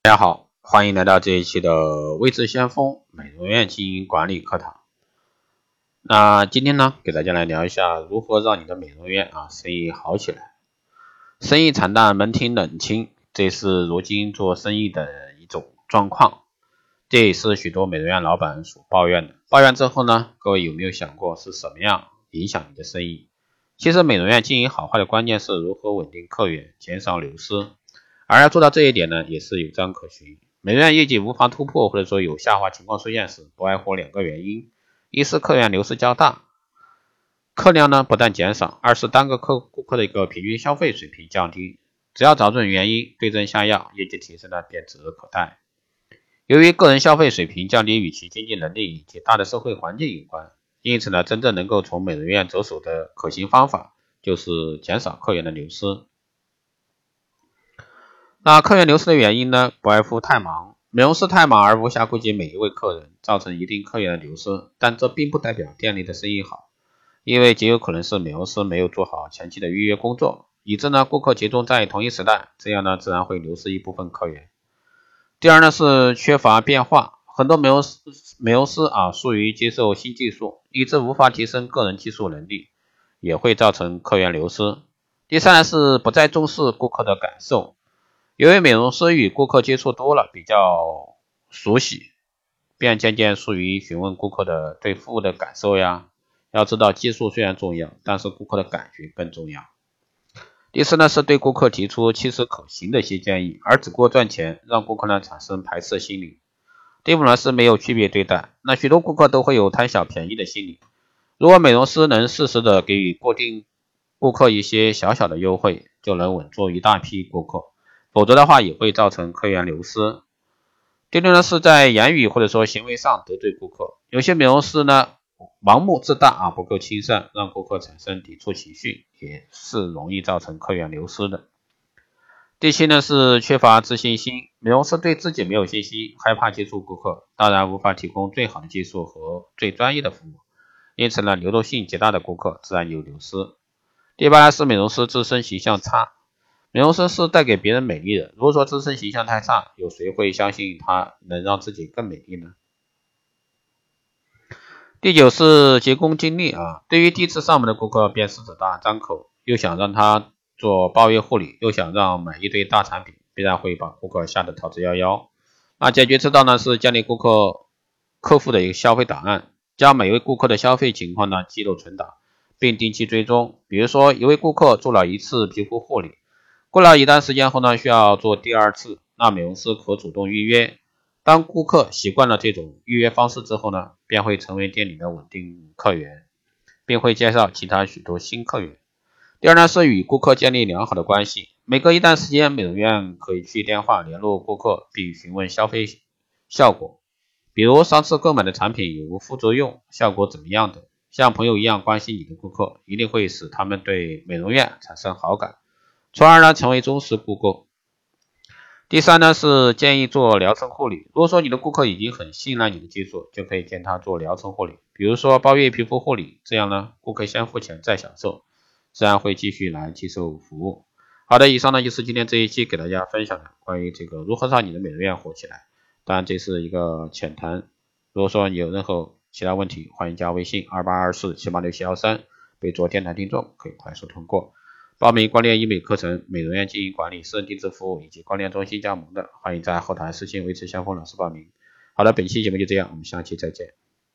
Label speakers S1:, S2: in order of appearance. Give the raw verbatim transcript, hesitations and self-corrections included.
S1: 大家好，欢迎来到这一期的微智先锋美容院经营管理课堂。那今天呢，给大家来聊一下如何让你的美容院啊生意好起来。生意惨淡，门庭冷清，这是如今做生意的一种状况，这也是许多美容院老板所抱怨的。抱怨之后呢，各位有没有想过是什么样影响你的生意？其实美容院经营好坏的关键是如何稳定客源，减少流失。而要做到这一点呢，也是有章可循。美容院业绩无法突破，或者说有下滑情况出现时，不外乎两个原因：一是客源流失较大，客量呢不但减少；二是单个客顾客的一个平均消费水平降低。只要找准原因，对症下药，业绩提升呢便指日可待。由于个人消费水平降低与其经济能力以及大的社会环境有关，因此呢，真正能够从美容院着手的可行方法就是减少客源的流失。那客源流失的原因呢，不外乎太忙，美容师太忙而无暇顾及每一位客人，造成一定客源的流失，但这并不代表店里的生意好，因为极有可能是美容师没有做好前期的预约工作，以致呢顾客集中在同一时段，这样呢自然会流失一部分客源。第二呢是缺乏变化，很多美容师美容师啊疏于接受新技术，以致无法提升个人技术能力，也会造成客源流失。第三呢是不再重视顾客的感受。由于美容师与顾客接触多了，比较熟悉，便渐渐疏于询问顾客的对服务的感受呀。要知道技术虽然重要，但是顾客的感觉更重要。第四呢是对顾客提出切实可行的一些建议，而只顾赚钱，让顾客呢产生排斥心理。第五呢是没有区别对待，那许多顾客都会有贪小便宜的心理。如果美容师能适时的给予固定顾客一些小小的优惠，就能稳住一大批顾客。否则的话也会造成客源流失。第六呢是在言语或者说行为上得罪顾客，有些美容师呢盲目自大啊，不够亲善，让顾客产生抵触情绪，也是容易造成客源流失的。第七呢是缺乏自信心，美容师对自己没有信心，害怕接触顾客，当然无法提供最好的技术和最专业的服务，因此呢流动性极大的顾客自然有流失。第八呢是美容师自身形象差，美容师是带给别人美丽的，如果说自身形象太差，有谁会相信他能让自己更美丽呢？第九是急功近利啊，对于第一次上门的顾客便狮子大张口，又想让他做包月护理，又想让买一堆大产品，必然会把顾客吓得逃之夭夭。那解决之道呢是建立顾客客户的一个消费档案，将每位顾客的消费情况呢记录存档，并定期追踪。比如说一位顾客做了一次皮肤护理，过了一段时间后呢，需要做第二次，那美容师可主动预约。当顾客习惯了这种预约方式之后呢，便会成为店里的稳定客源，并会介绍其他许多新客源。第二呢是与顾客建立良好的关系，每隔一段时间，美容院可以去电话联络顾客，并询问消费效果，比如上次购买的产品有无副作用，效果怎么样的。像朋友一样关心你的顾客，一定会使他们对美容院产生好感，从而呢成为忠实顾客。第三呢是建议做疗程护理，如果说你的顾客已经很信赖你的技术，就可以建他做疗程护理，比如说包月皮肤护理，这样呢顾客先付钱再享受，自然会继续来接受服务。好的，以上呢就是今天这一期给大家分享的关于这个如何让你的美容院火起来，当然这是一个浅谈，如果说你有任何其他问题，欢迎加微信二八二四七八六七一三，备注电台听众，可以快速通过。报名光电医美课程、美容院经营管理、私人定制服务以及光电中心加盟的，欢迎在后台私信维持先锋老师报名。好的，本期节目就这样，我们下期再见。